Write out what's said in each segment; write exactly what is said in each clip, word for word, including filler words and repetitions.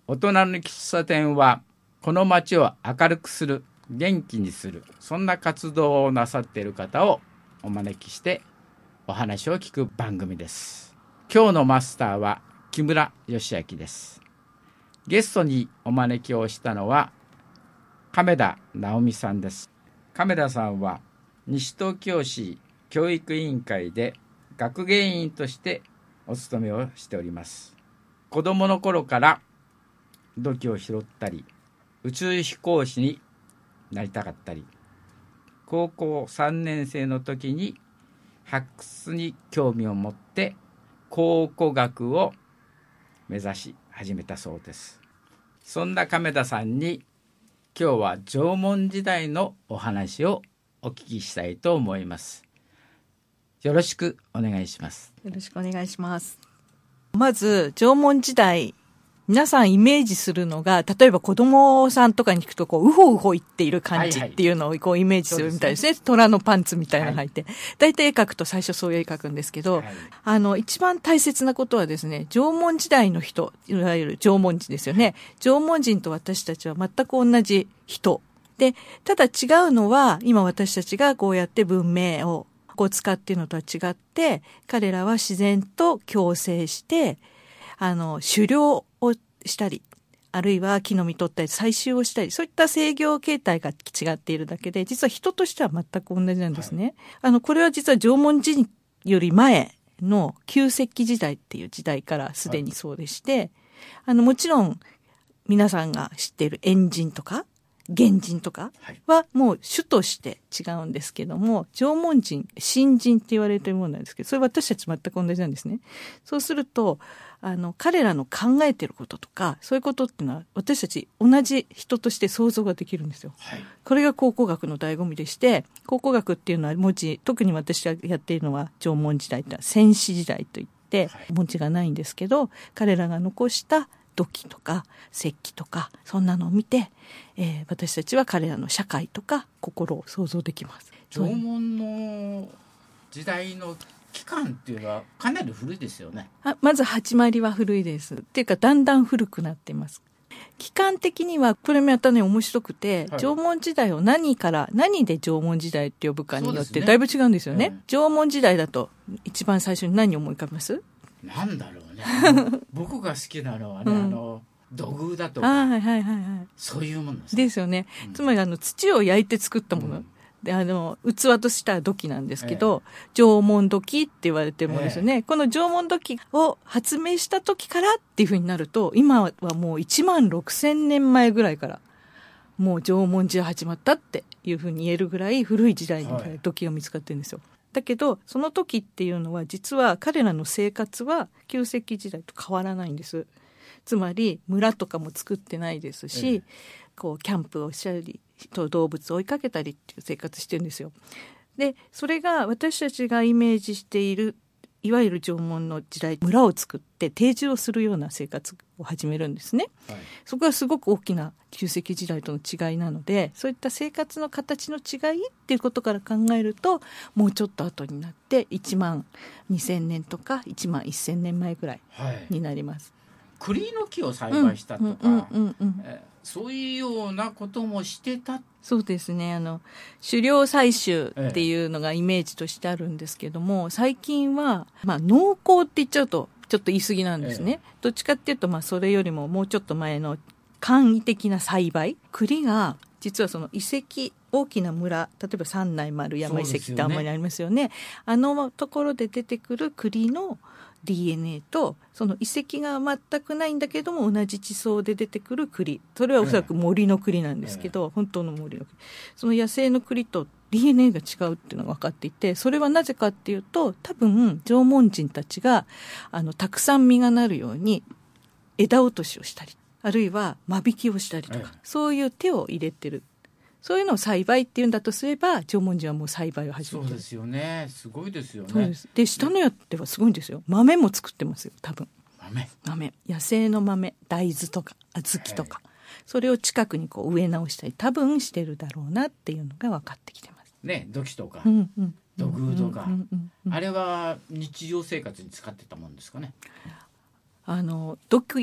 大人の喫茶店はこの街を明るくする、元気にする、そんな活動をなさっている方をお招きしてお話を聞く番組です。今日のマスターは木村義明です。ゲストにお招きをしたのは亀田直美さんです。亀田さんは西東京市教育委員会で学芸員としてお勤めをしております。子どもの頃から土器を拾ったり、宇宙飛行士になりたかったり、高校さんねん生の時に発掘に興味を持って考古学を目指し始めたそうです。そんな亀田さんに今日は縄文時代のお話をお聞きしたいと思います。よろしくお願いします。 よろしくお願いします。まず縄文時代、皆さんイメージするのが、例えば子供さんとかに聞くとこうウホウホ言っている感じっていうのをこうイメージするみたいですね。はいはい、虎のパンツみたいなの履いて、だいたい絵描くと最初そういう絵描くんですけど、はい、あの一番大切なことはですね、縄文時代の人、いわゆる縄文人ですよね。縄文人と私たちは全く同じ人で、ただ違うのは今私たちがこうやって文明をこう使っているのとは違って、彼らは自然と共生してあの狩猟をしたり、あるいは木の実取ったり採集をしたり、そういった制御形態が違っているだけで、実は人としては全く同じなんですね。はい、あのこれは実は縄文人より前の旧石器時代っていう時代からすでにそうでして、はい、あのもちろん皆さんが知っている猿人とか原人とかはもう種として違うんですけども、縄文人、新人って言われているものなんですけど、それ私たち全く同じなんですね。そうするとあの彼らの考えていることとかそういうことっていうのは私たち同じ人として想像ができるんですよ。はい、これが考古学の醍醐味でして、考古学っていうのは文字、特に私がやっているのは縄文時代って戦死時代といって、はい、文字がないんですけど、彼らが残した土器とか石器とかそんなのを見て、えー、私たちは彼らの社会とか心を想像できます。 縄文の時代の期間っていうのはかなり古いですよね。 あ、まず始まりは古いです。っていうかだんだん古くなっています。期間的にはこれもやったね面白くて、はい、縄文時代を何から何で縄文時代って呼ぶかによってだいぶ違うんですよね。えー、縄文時代だと一番最初に何を思い浮かべます？ なんだろうね。僕が好きなのはね、うん、あの土偶だとか、はいはいはいはい、そういうものですね。 ですよね。うん、つまりあの土を焼いて作ったもの。うん、であの器とした土器なんですけど、ええ、縄文土器って言われてるものですよね。ええ、この縄文土器を発明した時からっていう風になると、今はもういちまんろくせんねんまえぐらいからもう縄文時代始まったっていう風に言えるぐらい古い時代に土器が見つかってるんですよ。はい、だけどその時っていうのは実は彼らの生活は旧石器時代と変わらないんです。つまり村とかも作ってないですし、ええ、こうキャンプをしたり動物を追いかけたりっていう生活してるんですよ。でそれが私たちがイメージしているいわゆる縄文の時代、村を作って定住をするような生活を始めるんですね。はい、そこがすごく大きな旧石器時代との違いなので、そういった生活の形の違いっていうことから考えると、もうちょっと後になっていちまんにせんねんとかいちまんせんねんまえぐらいになります。 はい、栗の木を栽培したとか、そういうようなこともしてた。 そうですね。あの狩猟採集っていうのがイメージとしてあるんですけども、ええ、最近は、まあ、農耕って言っちゃうとちょっと言い過ぎなんですね。ええ、どっちかっていうと、まあ、それよりももうちょっと前の簡易的な栽培。栗が実はその遺跡、大きな村、例えば三内丸山遺跡ってあんまりありますよね。よねあのところで出てくる栗のディーエヌエー とその遺跡が全くないんだけども同じ地層で出てくる栗、それはおそらく森の栗なんですけど、ええ、本当の森の栗、その野生の栗と ディーエヌエー が違うっていうのが分かっていて、それはなぜかっていうと、多分縄文人たちがあのたくさん実がなるように枝落としをしたり、あるいは間引きをしたりとか、ええ、そういう手を入れてる。そういうのを栽培っていうんだとすれば、縄文人はもう栽培を始めてる。 そうですよね。すごいですよね。 そうです。で、下のやってはすごいんですよ。豆も作ってますよ、多分。 豆。 豆。野生の豆、大豆とか小豆とか、それを近くにこう植え直したり、多分してるだろうなっていうのが分かってきてます。 ね、土器とか、 うんうん、 土偶とか、あれは日常生活に使ってたもんですかね。 あの土器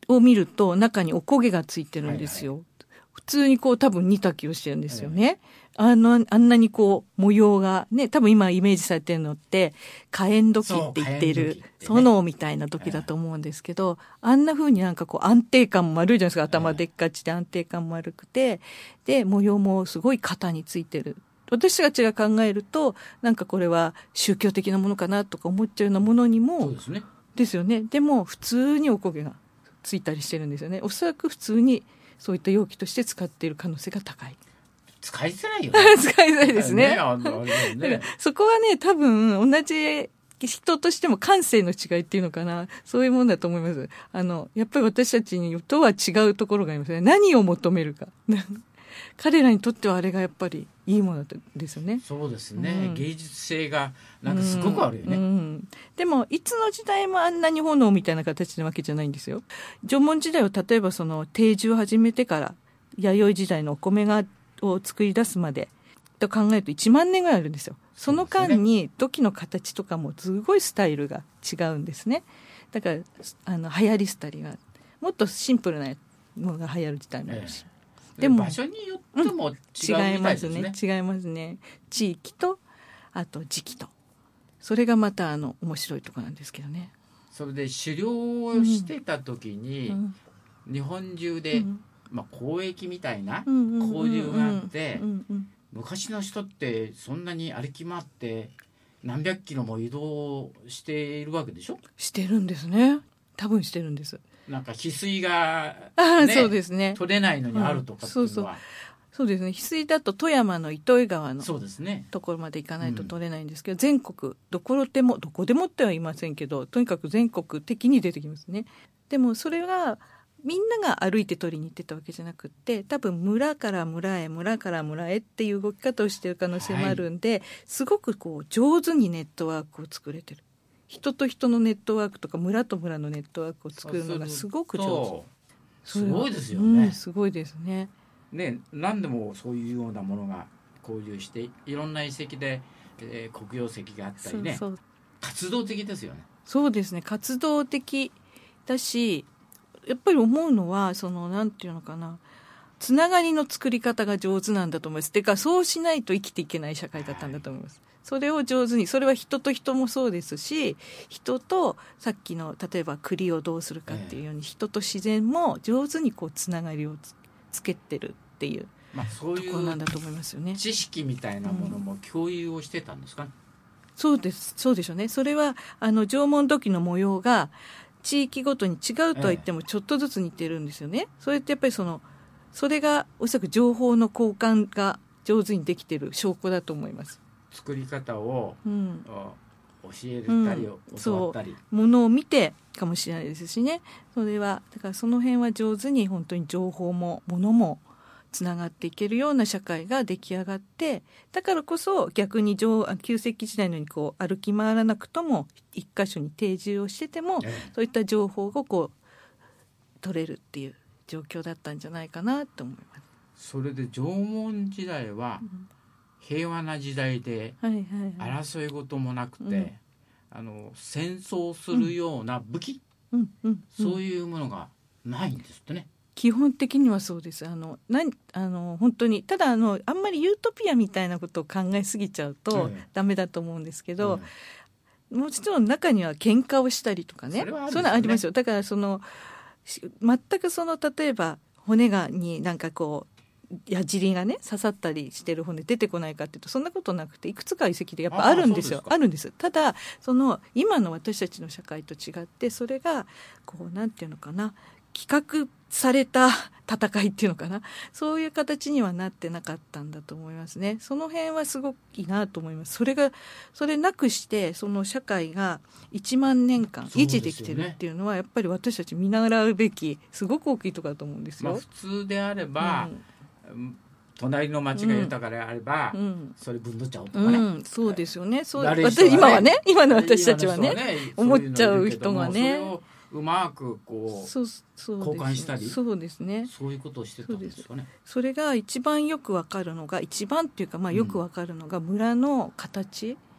を見ると中におこげがついてるんですよ。はいはい、普通にこう多分煮炊きをしてるんですよね。はいあの、あんなにこう、模様がね、多分今イメージされてるのって、火炎土器って言っている、炎みたいな土器だと思うんですけど、あんな風になんかこう安定感も悪いじゃないですか。頭でっかちで安定感も悪くて、で、模様もすごい型についてる。私たちが考えると、なんかこれは宗教的なものかなとか思っちゃうようなものにも、 そうですね。 ですよね。でも、普通におこげがついたりしてるんですよね。おそらく普通にそういった容器として使っている可能性が高い。 使いづらいよね。 使いづらいですね。ねあのねそこはね、多分同じ人としても感性の違いっていうのかな。そういうもんだと思います。あの、やっぱり私たちにとは違うところがありますね。何を求めるか。彼らにとってはあれがやっぱりいいものですよね。 そうですね。うん、芸術性がなんかすごくあるよね、 うんうん。でもいつの時代もあんなに炎みたいな形なわけじゃないんですよ。縄文時代を例えばその定住を始めてから弥生時代のお米がを作り出すまでと考えるといちまんねんぐらいあるんですよ。その間に土器の形とかもすごいスタイルが違うんですね。だからあの流行り廃りがもっとシンプルなものが流行る時代もあるし、 ええ、でも場所によっても違うみたいですね、 うん、違いますね違いますね。地域とあと時期とそれがまたあの面白いところなんですけどね。 それで狩猟をしてた時に、うんうん、日本中で、うんまあ、交易みたいな交流があって、昔の人ってそんなに歩き回って何百キロも移動しているわけでしょ。 してるんですね。多分してるんです。 なんか翡翠が、ね、 あそうですね、 取れないのにあるとかっていうのは、うん、そうそうそうですね。翡翠だと富山の糸魚川のそうですねところまで行かないと取れないんですけど、うん、全国どこでもどこでもっては言いませんけどとにかく全国的に出てきますね。でもそれがみんなが歩いて取りに行ってたわけじゃなくって多分村から村へ村から村へっていう動き方をしている可能性もあるんで、はい、すごくこう上手にネットワークを作れてる。人と人のネットワークとか村と村のネットワークを作るのがすごく上手。 すごいですよね、 うん、すごいですね。 ね、何でもそういうようなものが交流していろんな遺跡で、えー、黒曜石があったりね。そうそう活動的ですよね。 そうですね活動的だしやっぱり思うのはそのなんていうのかなつながりの作り方が上手なんだと思います。てかそうしないと生きていけない社会だったんだと思います、はい、それを上手にそれは人と人もそうですし人とさっきの例えば栗をどうするかっていうように、えー、人と自然も上手にこうつながりを つ, つけてるっていう、まあ、そういうところなんだと思いますよね。 知識みたいなものも共有をしてたんですか、うん、 そうですそうでしょうね。それはあの縄文土器の模様が地域ごとに違うとは言ってもちょっとずつ似てるんですよね、ええ、それってやっぱりそのそれがおそらく情報の交換が上手にできている証拠だと思います。 作り方を、うん、教えたり、うん、教わったりものを見てかもしれないですしね。それはだからその辺は上手に本当に情報もものもつながっていけるような社会が出来上がってだからこそ逆に旧石器時代のようにこう歩き回らなくとも一箇所に定住をしてても、ええ、そういった情報をこう取れるっていう状況だったんじゃないかなと思います。 それで縄文時代は平和な時代で争い事もなくて、うん、あの戦争するような武器、うんうんうん、そういうものがないんですってね。 基本的にはそうです。あのなんあの本当にただあのあんまりユートピアみたいなことを考えすぎちゃうとダメだと思うんですけど、うん、もちろん中には喧嘩をしたりとかね、それはあるんですよね。そういうのありますよ。だからその全くその例えば骨がになんかこう矢尻がね刺さったりしてる骨出てこないかっていうとそんなことなくていくつか遺跡でやっぱあるんですよ。 あ, あるんです。ただその今の私たちの社会と違ってそれがこうなんていうのかな企画された戦いっていうのかなそういう形にはなってなかったんだと思いますね。その辺はすごくいいなと思います。それがそれなくしてその社会がいちまんねんかん維持できてるっていうのはやっぱり私たち見習うべきすごく大きいところだと思うんですよ、 まあ、普通であれば、うん、隣の町が豊かであれば、うん、それ分取っちゃおうとかね、うん、 そうですよね。そう、私今はね今の私たちは ね, ね思っちゃう人がねうまくこうそうそう交換したりそうですねそういうことをしてたんですかね。 そ, それが一番よくわかるのが一番っていうかまあよくわかるのが村の形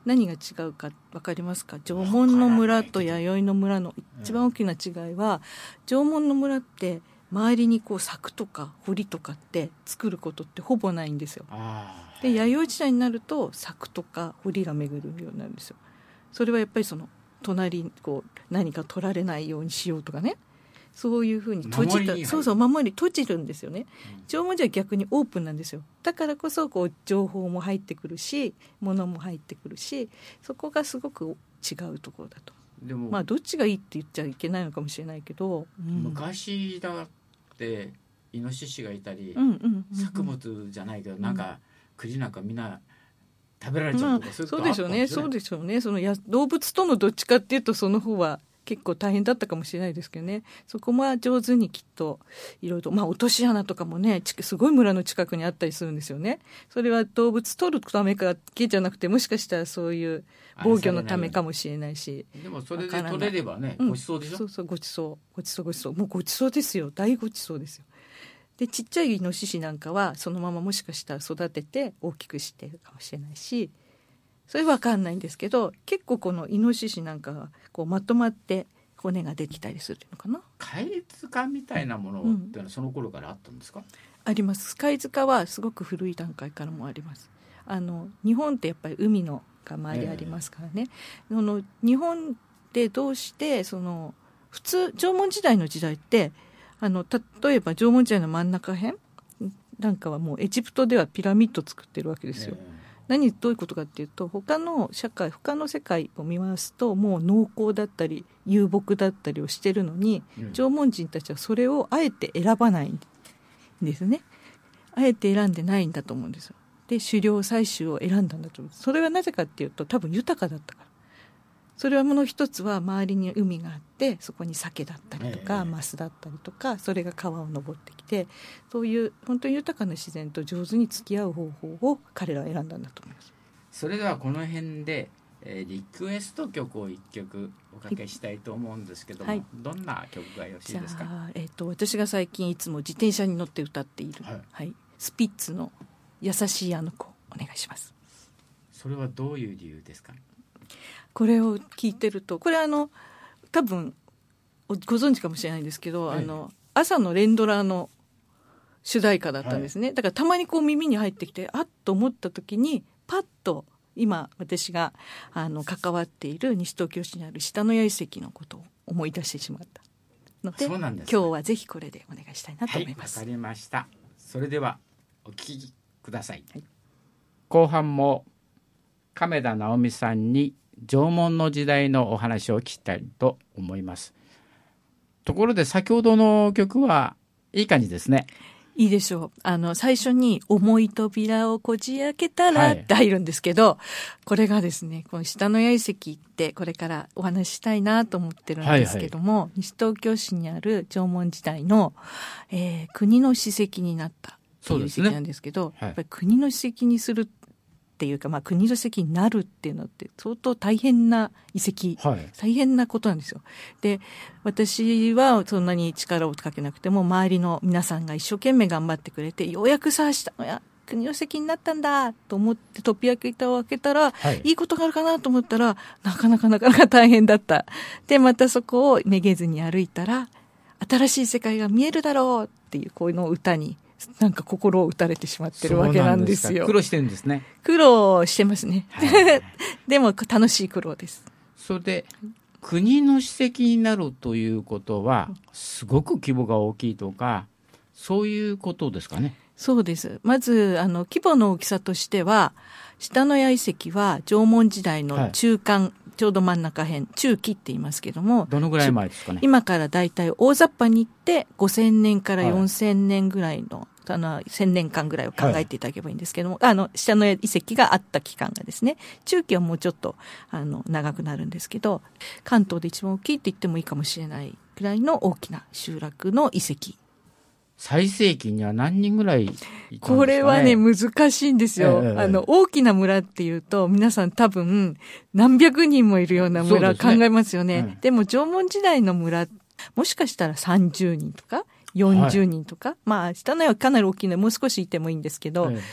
何が違うか分かりますか？縄文の村と弥生の村の一番大きな違いは、縄文の村って周りにこう柵とか堀とかって作ることってほぼないんですよ。で弥生時代になると柵とか堀が巡るようになるんですよ。それはやっぱりその隣にこう何か取られないようにしようとかね、そういうふうに閉じた、そうそう守り閉じるんですよね。縄文じゃ逆にオープンなんですよ。だからこそこう情報も入ってくるし、物も入ってくるし、そこがすごく違うところだと。でもまあどっちがいいって言っちゃいけないのかもしれないけど、 うん、昔だってイノシシがいたり、 うんうんうんうん、 作物じゃないけど、なんか栗なんかみんな食べられちゃうとか、 まあ、 そういうそうでしょうね。そうでしょうね。そのや動物とのどっちかっていうとその方は結構大変だったかもしれないですけどね。そこも上手にきっといろいろと、まあ落とし穴とかもね、すごい村の近くにあったりするんですよね。それは動物取るためかけじゃなくて、もしかしたらそういう防御のためかもしれないし。 でもそれで取れればね、 うん、 ごちそうでしょ。 そうそう、ごちそうごちそうごちそう、もうごちそうですよ。大ごちそうですよ。でちっちゃいイノシシなんかはそのままもしかしたら育てて大きくしてるかもしれないし、それは分かんないんですけど、結構このイノシシなんかはこうまとまって骨ができたりするのかな。 貝塚みたいなものっていうのはその頃からあったんですか？うん、 あります。貝塚はすごく古い段階からもあります。あの日本ってやっぱり海のが周りありますからね、えー、の日本でどうしてその普通縄文時代の時代ってあの例えば縄文時代の真ん中辺なんかはもうエジプトではピラミッド作ってるわけですよ。えー何どういうことかっていうと、他の社会他の世界を見ますともう農耕だったり遊牧だったりをしてるのに、うん、縄文人たちはそれをあえて選ばないんですね。あえて選んでないんだと思うんですよ。で狩猟採集を選んだんだと思うんです。それはなぜかっていうと多分豊かだったから。それはもの一つは周りに海があってそこに鮭だったりとか、えー、マスだったりとか、それが川を登ってきて、そういう本当に豊かな自然と上手に付き合う方法を彼らは選んだんだと思います。 それではこの辺で、えー、リクエスト曲をいっきょくおかけしたいと思うんですけども、はい、どんな曲がよろしいですか？ じゃあ、えーと、私が最近いつも自転車に乗って歌っている、はいはい、スピッツの優しいあの子お願いします。 それはどういう理由ですか？ これを聞いてると、これあの多分ご存知かもしれないんですけど、はい、あの朝の連ドラの主題歌だったんですね、はい、だからたまにこう耳に入ってきてあっと思った時にパッと今私があの関わっている西東京市にある下野谷遺跡のことを思い出してしまったので、 そうなんです、 今日はぜひこれでお願いしたいなと思います。 はい、わかりました。それではお聞きください、はい、後半も亀田直美さんに縄文の時代のお話を聞きたいと思います。ところで先ほどの曲はいい感じですね。 いいでしょう。あの最初に重い扉をこじ開けたらって入るんですけど、はい、これがですね、この下野谷遺跡ってこれからお話ししたいなと思ってるんですけども、はいはい、西東京市にある縄文時代の、えー、国の史跡になったという遺跡なんですけど、ね、はい、やっぱり国の史跡にするっていうか、まあ、国の遺跡になるっていうのって相当大変な遺跡、はい、大変なことなんですよ。で、私はそんなに力をかけなくても周りの皆さんが一生懸命頑張ってくれて、ようやくさあしたのや国の遺跡になったんだと思ってトピアキタを開けたら、はい、いいことがあるかなと思ったらなかなかなかなか大変だった。でまたそこをめげずに歩いたら新しい世界が見えるだろうっていうこの歌になんか心を打たれてしまってるわけなんですよ。 苦労してるんですね。 苦労してますね、はい、でも楽しい苦労です。 それで国の史跡になるということはすごく規模が大きいとかそういうことですかね？ そうです。まずあの規模の大きさとしては下野谷遺跡は縄文時代の中間、はい、ちょうど真ん中辺中期って言いますけども、 どのぐらい前ですかね？ 今からだいたい大雑把に言ってごせんねんからよんせんねんぐらいの、はい、あのせんねんかんぐらいを考えていただければいいんですけども、はい、あの下野遺跡があった期間がですね、中期はもうちょっとあの長くなるんですけど、関東で一番大きいって言ってもいいかもしれないぐらいの大きな集落の遺跡。 最盛期には何人ぐらいいたんですかね？ これはね難しいんですよ、えー、あの大きな村っていうと皆さん多分何百人もいるような村考えますよね。 で, ね、うん、でも縄文時代の村もしかしたらさんじゅうにんとかよんじゅうにんとか、はい、まあ下のはかなり大きいのでもう少しいてもいいんですけど、えー、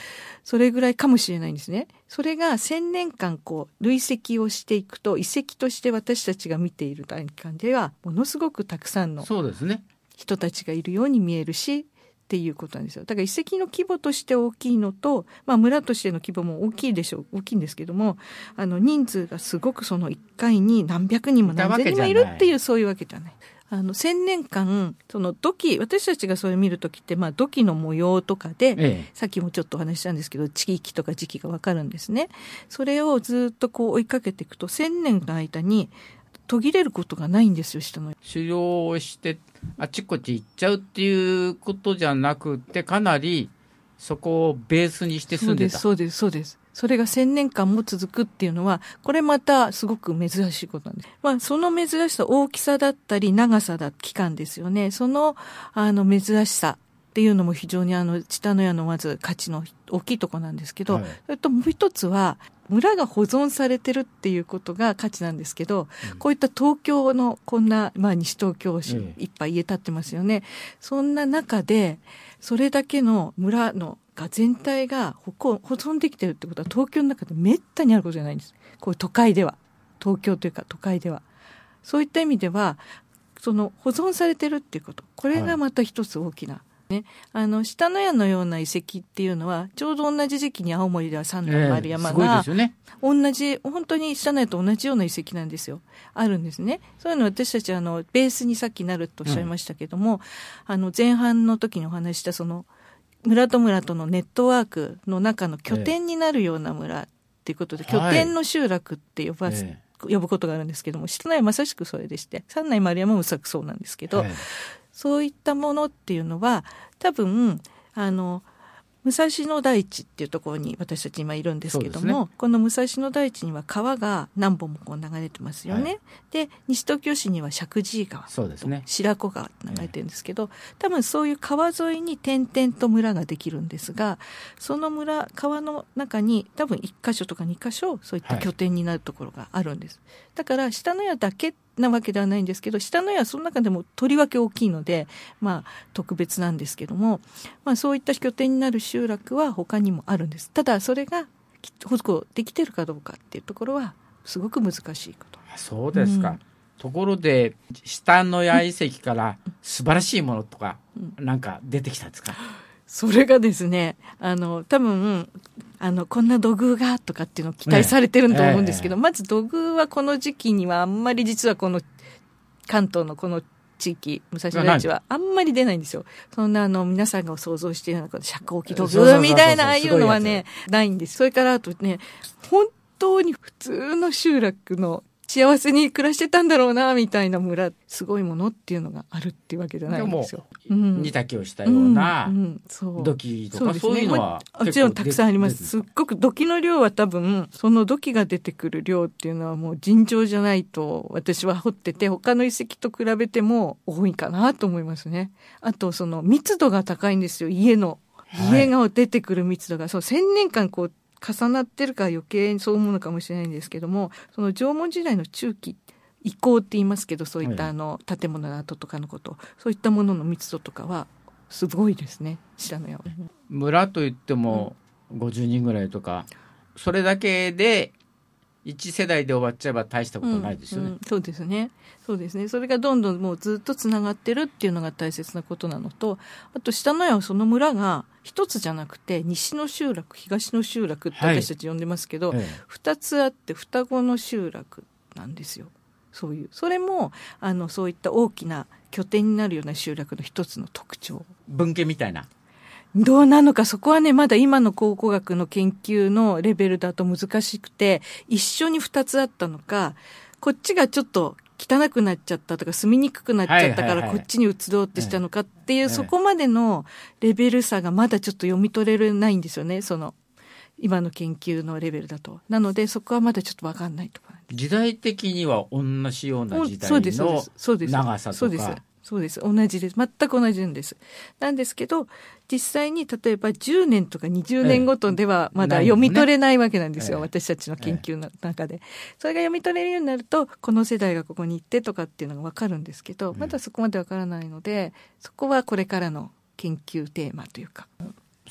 それぐらいかもしれないんですね。それがせんねんかんこう累積をしていくと、遺跡として私たちが見ている段階ではものすごくたくさんの人たちがいるように見えるしっていうことなんですよ。だから遺跡の規模として大きいのと、まあ、村としての規模も大きいでしょう、大きいんですけども、あの人数がすごくそのいっかいに何百人も何千人もいるっていう、そういうわけじゃない。あのせんねんかんその土器、私たちがそれ見るときって、まあ、土器の模様とかで、ええ、さっきもちょっとお話ししたんですけど、地域とか時期がわかるんですね。それをずっとこう追いかけていくと、せんねんの間に途切れることがないんですよ。下の狩猟をしてあちこち行っちゃうっていうことじゃなくて、かなりそこをベースにして住んでた。 そうですそうですそうです。それがせんねんかんも続くっていうのは、これまたすごく珍しいことなんです。まあ、その珍しさ、大きさだったり長さだ、期間ですよね。その、あの、珍しさっていうのも非常にあの、チタノヤのまず価値の大きいところなんですけど、はい、それともう一つは、村が保存されてるっていうことが価値なんですけど、うん、こういった東京のこんな、まあ、西東京市、うん、いっぱい家建ってますよね。そんな中で、それだけの村のが全体が保存できてるってことは東京の中でめったにあることじゃないんです。こういう都会では、東京というか都会では、そういった意味ではその保存されてるっていうこと、これがまた一つ大きな、はいね、あの下野谷のような遺跡っていうのはちょうど同じ時期に青森では三内丸山が、えーね、同じ本当に下野谷と同じような遺跡なんですよ、あるんですね。そういうの私たちあのベースにさっきなるとおっしゃいましたけども、うん、あの前半の時にお話したその村と村とのネットワークの中の拠点になるような村っていうことで、ええ、拠点の集落って呼ば、ええ、呼ぶことがあるんですけども、下内はまさしくそれでして、三内丸山もうさくそうなんですけど、ええ、そういったものっていうのは多分あの武蔵野台地っていうところに私たち今いるんですけども、ね、この武蔵野台地には川が何本もこう流れてますよね、はい、で西東京市には石神井川、そうですね、白子川って流れてるんですけど、多分そういう川沿いに点々と村ができるんですが、その村川の中に多分いっかしょとかにかしょそういった拠点になるところがあるんです、はい、だから下野谷だけなわけではないんですけど、下野谷はその中でもとりわけ大きいので、まあ特別なんですけども、まあそういった拠点になる集落は他にもあるんです。ただそれが保護できてるかどうかっていうところはすごく難しいこと。 そうですか、うん、ところで下野谷遺跡から素晴らしいものとか、うん、なんか出てきたんですか？ それがですね、あの多分あのこんな土偶がとかっていうのを期待されてると思うんですけど、ねえー、まず土偶はこの時期にはあんまり実はこの関東のこの地域武蔵野台地はあんまり出ないんですよ。そんなあの皆さんが想像しているような遮光器土偶みたいなああいうのはねないんです。それからあとね、本当に普通の集落の幸せに暮らしてたんだろうなみたいな村、すごいものっていうのがあるっていうわけじゃないんですよ。 でも、うん、煮炊きをしたような土器とか、うんうん、そういうのはもちろんたくさんあります。すっごく土器の量は多分その土器が出てくる量っていうのはもう尋常じゃないと私は掘ってて、他の遺跡と比べても多いかなと思いますね。あとその密度が高いんですよ。家の、はい、家が出てくる密度がそうせんねんかんこう重なってるから余計にそう思うのかもしれないんですけども、その縄文時代の中期遺構って言いますけど、そういったあの建物の跡とかのこと、そういったものの密度とかはすごいですね、下の山。 村といってもごじゅうにんぐらいとか、うん、それだけでいち世代で終わっちゃえば大したことないですよね、 うんうん、そうですねそうですね。それがどんどんもうずっとつながってるっていうのが大切なことなのと、あと下野谷はその村が一つじゃなくて西の集落東の集落って私たち呼んでますけど、はい、ふたつあって双子の集落なんですよ。そういうそれもあのそういった大きな拠点になるような集落の一つの特徴。 分家みたいなどうなのか、そこはねまだ今の考古学の研究のレベルだと難しくて、一緒にふたつあったのか、こっちがちょっと汚くなっちゃったとか住みにくくなっちゃったからこっちに移ろうってしたのかっていう、はいはいはい、そこまでのレベル差がまだちょっと読み取れないんですよね、その今の研究のレベルだと。なのでそこはまだちょっと分かんないとか。 時代的には同じような時代の長さとか。 そうですそうです同じです。全く同じなんです。なんですけど実際に例えばじゅうねんとかにじゅうねんごとではまだ読み取れないわけなんですよ、ええ、私たちの研究の中で、ええ、それが読み取れるようになるとこの世代がここに行ってとかっていうのが分かるんですけど、まだそこまで分からないので、そこはこれからの研究テーマというか。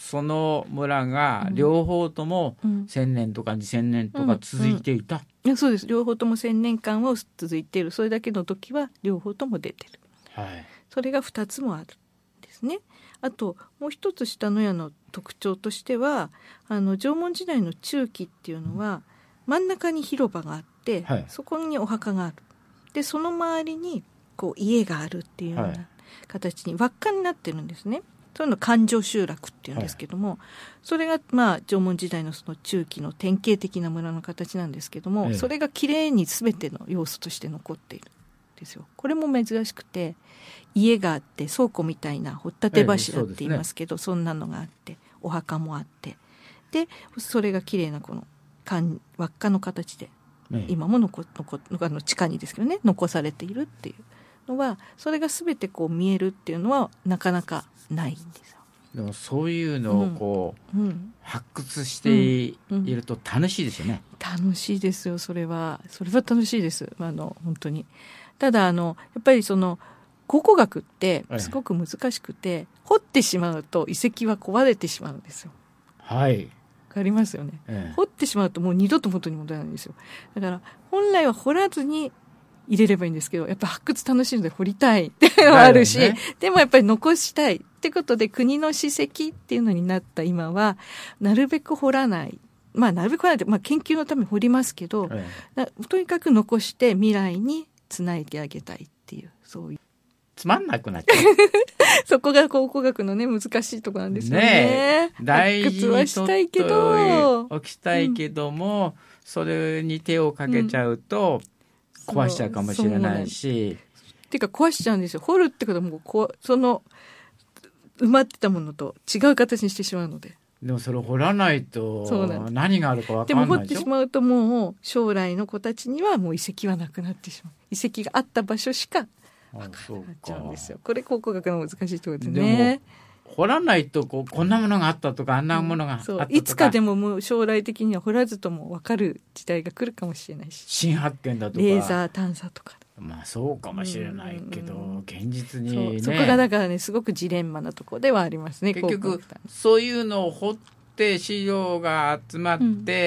その村が両方ともせんねんとかにせんねんとか続いていた、 うんうん、いやそうです。両方ともせんねんかんは続いている。それだけの時は両方とも出てる、 はい、 それがふたつもあるんですね。あともう一つ下野屋の特徴としては、あの縄文時代の中期っていうのは真ん中に広場があって、はい、そこにお墓がある。でその周りにこう家があるっていうような形に輪っかになってるんですね。そういうの環状集落っていうんですけども、はい、それがまあ縄文時代のその中期の典型的な村の形なんですけども、ええ、それがきれいに全ての要素として残っているんですよ。これも珍しくて、家があって倉庫みたいな掘ったて柱って言いますけど、ええ そ, ね、そんなのがあって、お墓もあって、でそれがきれいなこの輪っかの形で、ええ、今も残残あの地下にですけどね残されているっていうのは、それが全てこう見えるっていうのはなかなかないんですよ。 でもそういうのをこう、うんうん、発掘していると楽しいですよね、 うんうん、楽しいですよ。それはそれは楽しいです。あの本当に。ただあのやっぱりその考古学ってすごく難しくて、ええ、掘ってしまうと遺跡は壊れてしまうんですよ。 はい、 わかりますよね、ええ、掘ってしまうともう二度と元に戻らないんですよ。だから本来は掘らずに入れればいいんですけど、やっぱ発掘楽しいので掘りたいっていうのはあるし、ね、でもやっぱり残したいってことで、国の史跡っていうのになった今はなるべく掘らない、まあなるべく掘らないって、まあ、研究のために掘りますけど、ええ、とにかく残して未来につないであげたいっていう、そういうつまんなくなっちゃうそこが考古学のね難しいところなんですよね。 ね、大事に取っておきたいけども、うん、それに手をかけちゃうと、うん、壊しちゃうかもしれないし、 っていうか壊しちゃうんですよ。掘るってことはもうこうその埋まってたものと違う形にしてしまうので。 でもそれ掘らないと何があるか分かんないでしょ。 でも掘ってしまうともう将来の子たちにはもう遺跡はなくなってしまう。遺跡があった場所しか分からなくなっちゃうんですよ。これ考古学の難しいところですね。 でも掘らないとこうこんなものがあったとかあんなものがあったとか、 うん、いつかでももう将来的には掘らずとも分かる時代が来るかもしれないし、 新発見だとかレーザー探査とか、 まあそうかもしれないけど、うん、現実にねそ, そこがだからねすごくジレンマなところではありますね。 結局そういうのを掘って資料が集まって、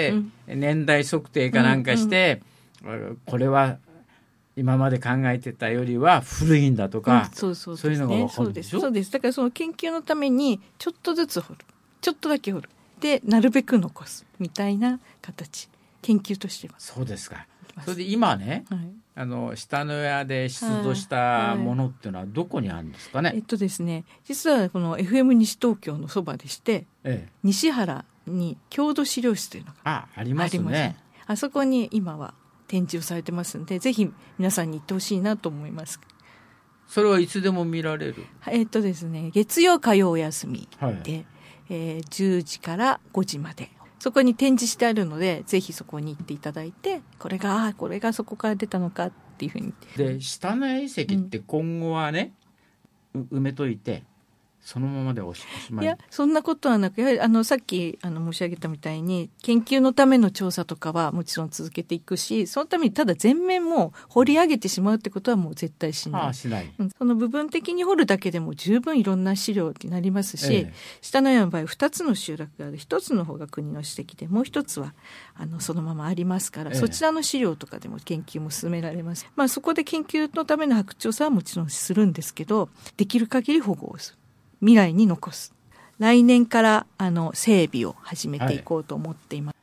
うんうん、年代測定かなんかして、うんうん、これは今まで考えてたよりは古いんだとか、うん、そうそうそうですね、そういうのが分かるでしょ。 そうです。だからその研究のためにちょっとずつ掘る、ちょっとだけ掘るでなるべく残すみたいな形、研究としては。 そうですか。それで今ね、はい、あの下野屋で出土したものっていうのはどこにあるんですかね。 はい、えっとですね、実はこの エフエム 西東京のそばでして、ええ、西原に郷土資料室というのがあ, ありますね。 あそこに今は展示をされてますので、ぜひ皆さんに行ってほしいなと思います。 それはいつでも見られる。 えっとですね、月曜火曜お休みで、はい、えー、じゅうじからごじまでそこに展示してあるので、ぜひそこに行っていただいて、これがこれがそこから出たのかっていうふうに。 で下野遺跡って今後はね、うん、埋めといてそのままでおしまい。 いやそんなことはなく、やはりあのさっきあの申し上げたみたいに研究のための調査とかはもちろん続けていくし、そのためにただ全面も掘り上げてしまうってことはもう絶対しない。 ああしない、 うん、その部分的に掘るだけでも十分いろんな資料になりますし、ええ、下野屋の場合ふたつの集落がある。ひとつの方が国の史跡で、もう一つはあのそのままありますから、ええ、そちらの資料とかでも研究も進められます。まあ、そこで研究のための発掘調査はもちろんするんですけど、できる限り保護をする、未来に残す。来年からあの整備を始めていこうと思っています。はい、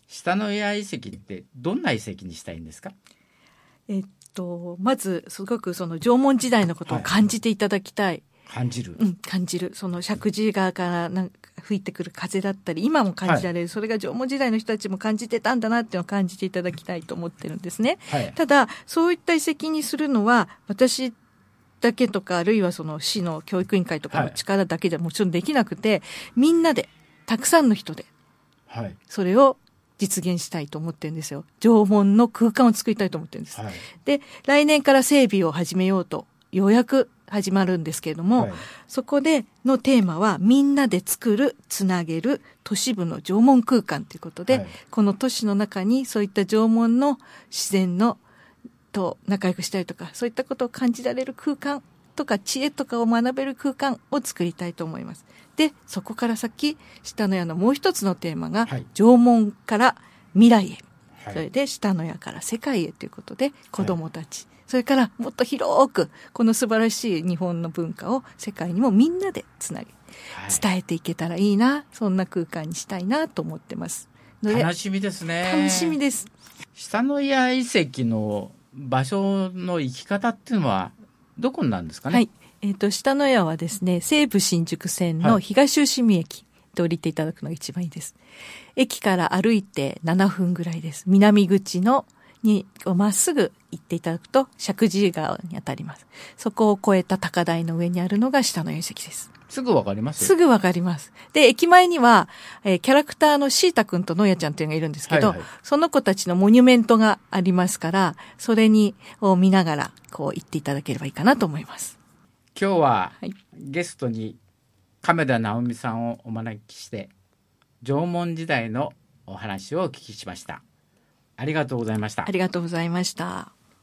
下野屋遺跡ってどんな遺跡にしたいんですか。 えっとまずすごくその縄文時代のことを感じていただきたい。はい、 感じる、 うん、感じる。その石神井川からなんか吹いてくる風だったり、今も感じられる、はい、それが縄文時代の人たちも感じてたんだなっていうのを感じていただきたいと思ってるんですね。はい、ただそういった遺跡にするのは私だけとか、あるいはその市の教育委員会とかの力だけではもちろんできなくて、はい、みんなでたくさんの人でそれを実現したいと思ってるんですよ。縄文の空間を作りたいと思ってるんです。はい、で来年から整備を始めようとようやく始まるんですけれども、はい、そこでのテーマはみんなで作る、つなげる都市部の縄文空間ということで、はい、この都市の中にそういった縄文の自然のと仲良くしたりとか、そういったことを感じられる空間とか知恵とかを学べる空間を作りたいと思います。で、そこから先、下の矢のもう一つのテーマが、はい、縄文から未来へ、はい、それで下の矢から世界へということで、子どもたち、はい、それからもっと広くこの素晴らしい日本の文化を世界にもみんなでつなげ、はい、伝えていけたらいいな、そんな空間にしたいなと思ってます。 楽しみですね。 楽しみです。 下の矢遺跡の場所の行き方っていうのはどこなんですかね。 はい、えーと、下の矢はですね、西武新宿線の東伏見駅で降りていただくのが一番いいです。駅から歩いてななふんぐらいです。南口のにまっすぐ行っていただくと石神井川にあたります。そこを越えた高台の上にあるのが下の矢遺跡です。 すぐわかります。 すぐわかります。で、駅前には、えー、キャラクターのシータくんとノヤちゃんというのがいるんですけど、はいはい、その子たちのモニュメントがありますから、それにを見ながらこう行っていただければいいかなと思います。 今日は、はい、ゲストに亀田直美さんをお招きして縄文時代のお話をお聞きしました。ありがとうございました。 ありがとうございました。